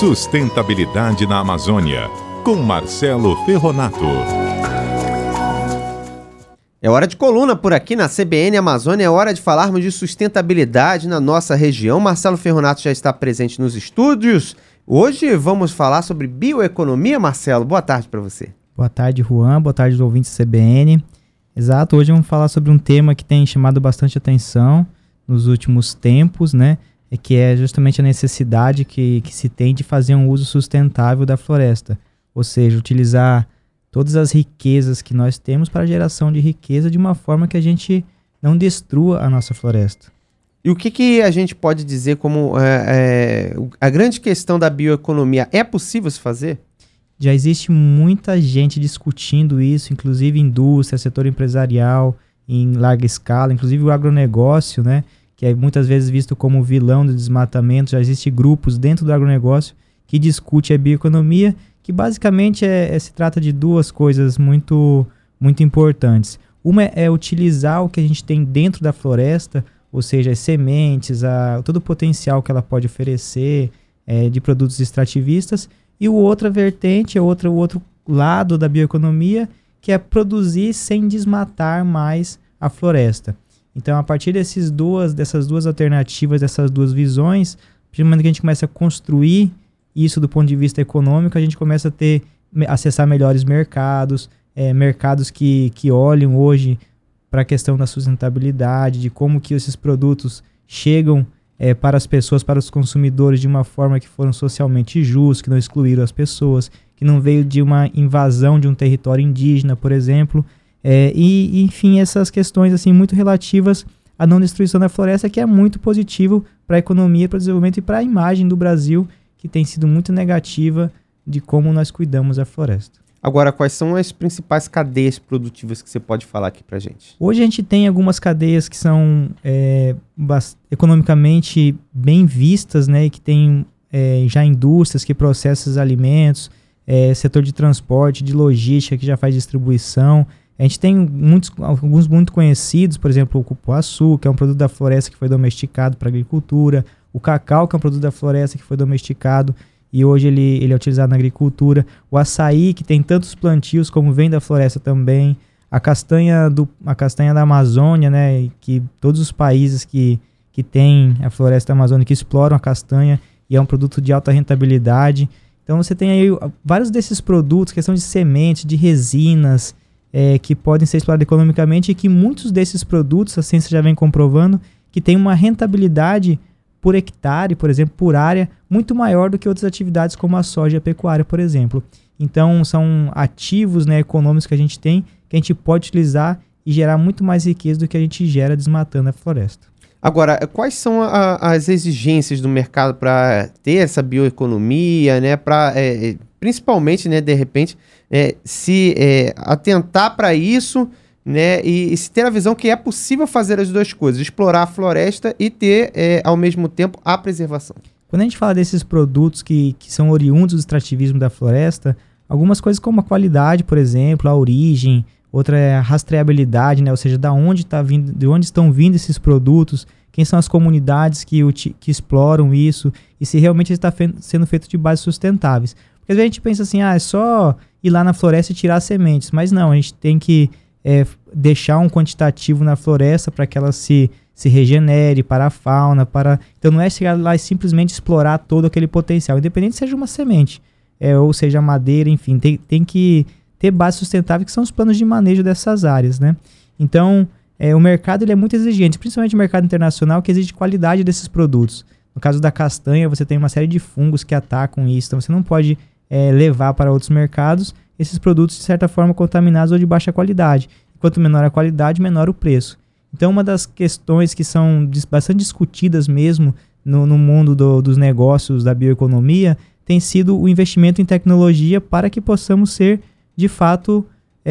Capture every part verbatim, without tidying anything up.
Sustentabilidade na Amazônia, com Marcelo Ferronato. É hora de coluna por aqui na C B N Amazônia, é hora de falarmos de sustentabilidade na nossa região. Marcelo Ferronato já está presente nos estúdios. Hoje vamos falar sobre bioeconomia. Marcelo, boa tarde para você. Boa tarde, Juan. Boa tarde, ouvintes da C B N. Exato, hoje vamos falar sobre um tema que tem chamado bastante atenção nos últimos tempos, né? Que é justamente a necessidade que, que se tem de fazer um uso sustentável da floresta. Ou seja, utilizar todas as riquezas que nós temos para a geração de riqueza de uma forma que a gente não destrua a nossa floresta. E o que, que a gente pode dizer como é, é, a grande questão da bioeconomia? É possível se fazer? Já existe muita gente discutindo isso, inclusive indústria, setor empresarial, em larga escala, inclusive o agronegócio, né, que é muitas vezes visto como vilão do desmatamento. Já existem grupos dentro do agronegócio que discutem a bioeconomia, que basicamente é, é, se trata de duas coisas muito, muito importantes. Uma é, é utilizar o que a gente tem dentro da floresta, ou seja, as sementes, a, todo o potencial que ela pode oferecer é, de produtos extrativistas, e o outra vertente, é outra, o outro lado da bioeconomia, que é produzir sem desmatar mais a floresta. Então, a partir desses duas, dessas duas alternativas, dessas duas visões, a partir do momento que a gente começa a construir isso do ponto de vista econômico, a gente começa a ter, acessar melhores mercados, é, mercados que, que olham hoje para a questão da sustentabilidade, de como que esses produtos chegam é, para as pessoas, para os consumidores, de uma forma que foram socialmente justos, que não excluíram as pessoas, que não veio de uma invasão de um território indígena, por exemplo, é, e, enfim, essas questões assim, muito relativas à não destruição da floresta, que é muito positivo para a economia, para o desenvolvimento e para a imagem do Brasil, que tem sido muito negativa de como nós cuidamos da floresta. Agora, quais são as principais cadeias produtivas que você pode falar aqui pra gente? Hoje a gente tem algumas cadeias que são é, bast- economicamente bem vistas, né, e que tem é, já indústrias que processam os alimentos, é, setor de transporte, de logística que já faz distribuição. A gente tem muitos, alguns muito conhecidos, por exemplo, o cupuaçu, que é um produto da floresta que foi domesticado para a agricultura, o cacau, que é um produto da floresta que foi domesticado e hoje ele, ele é utilizado na agricultura. O açaí, que tem tantos plantios como vem da floresta também. A castanha, do, a castanha da Amazônia, né, que todos os países que, que têm a floresta amazônica exploram a castanha e é um produto de alta rentabilidade. Então você tem aí vários desses produtos, questão de sementes, de resinas, é, que podem ser explorados economicamente e que muitos desses produtos, a ciência já vem comprovando, que tem uma rentabilidade por hectare, por exemplo, por área, muito maior do que outras atividades como a soja e a pecuária, por exemplo. Então, são ativos, né, econômicos que a gente tem, que a gente pode utilizar e gerar muito mais riqueza do que a gente gera desmatando a floresta. Agora, quais são a, as exigências do mercado para ter essa bioeconomia, né, para, é, principalmente, né, de repente, é, se é, atentar para isso, né, e, e se ter a visão que é possível fazer as duas coisas, explorar a floresta e ter, é, ao mesmo tempo, a preservação. Quando a gente fala desses produtos que, que são oriundos do extrativismo da floresta, algumas coisas como a qualidade, por exemplo, a origem, outra é a rastreabilidade, né, ou seja, da onde tá vindo, de onde estão vindo esses produtos, quem são as comunidades que, que exploram isso e se realmente está fe- sendo feito de bases sustentáveis. Porque às vezes a gente pensa assim, ah, é só ir lá na floresta e tirar sementes, mas não, a gente tem que É, deixar um quantitativo na floresta para que ela se, se regenere para a fauna, para... Então não é chegar lá e simplesmente explorar todo aquele potencial, independente se seja uma semente, é, ou seja madeira, enfim, tem, tem que ter base sustentável, que são os planos de manejo dessas áreas, né? Então, é, o mercado ele é muito exigente, principalmente o mercado internacional, que exige qualidade desses produtos. No caso da castanha, você tem uma série de fungos que atacam isso, então você não pode é, levar para outros mercados esses produtos, de certa forma, contaminados ou de baixa qualidade. Quanto menor a qualidade, menor o preço. Então, uma das questões que são dis- bastante discutidas mesmo no, no mundo do, dos negócios da bioeconomia tem sido o investimento em tecnologia para que possamos ser, de fato,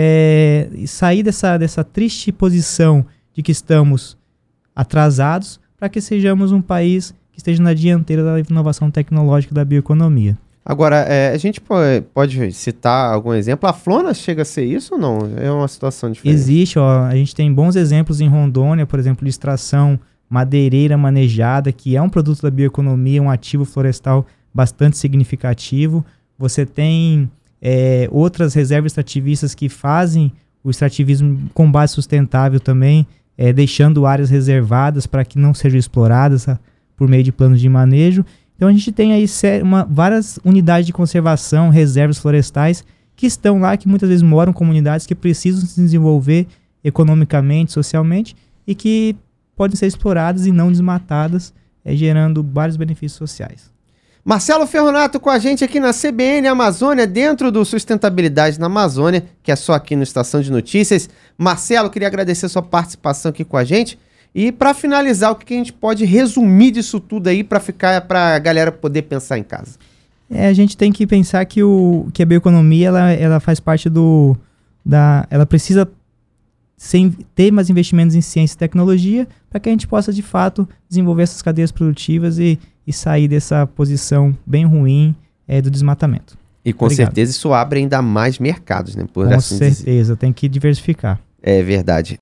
é, sair dessa, dessa triste posição de que estamos atrasados para que sejamos um país que esteja na dianteira da inovação tecnológica da bioeconomia. Agora, é, a gente pode, pode citar algum exemplo? A Flona chega a ser isso ou não? É uma situação diferente? Existe, ó, a gente tem bons exemplos em Rondônia, por exemplo, de extração madeireira manejada, que é um produto da bioeconomia, um ativo florestal bastante significativo. Você tem é, outras reservas extrativistas que fazem o extrativismo com base sustentável também, é, deixando áreas reservadas para que não sejam exploradas a, por meio de planos de manejo. Então a gente tem aí uma, várias unidades de conservação, reservas florestais que estão lá, que muitas vezes moram em comunidades que precisam se desenvolver economicamente, socialmente, e que podem ser exploradas e não desmatadas, é, gerando vários benefícios sociais. Marcelo Ferronato com a gente aqui na C B N Amazônia, dentro do Sustentabilidade na Amazônia, que é só aqui no Estação de Notícias. Marcelo, queria agradecer a sua participação aqui com a gente. E para finalizar, o que a gente pode resumir disso tudo aí para ficar, para a galera poder pensar em casa? É, a gente tem que pensar que, o, que a bioeconomia ela, ela faz parte do... Da, ela precisa sem, ter mais investimentos em ciência e tecnologia para que a gente possa, de fato, desenvolver essas cadeias produtivas e, e sair dessa posição bem ruim é, do desmatamento. E com Obrigado. certeza isso abre ainda mais mercados, né? Por com assim certeza, dizer. Tem que diversificar. É verdade.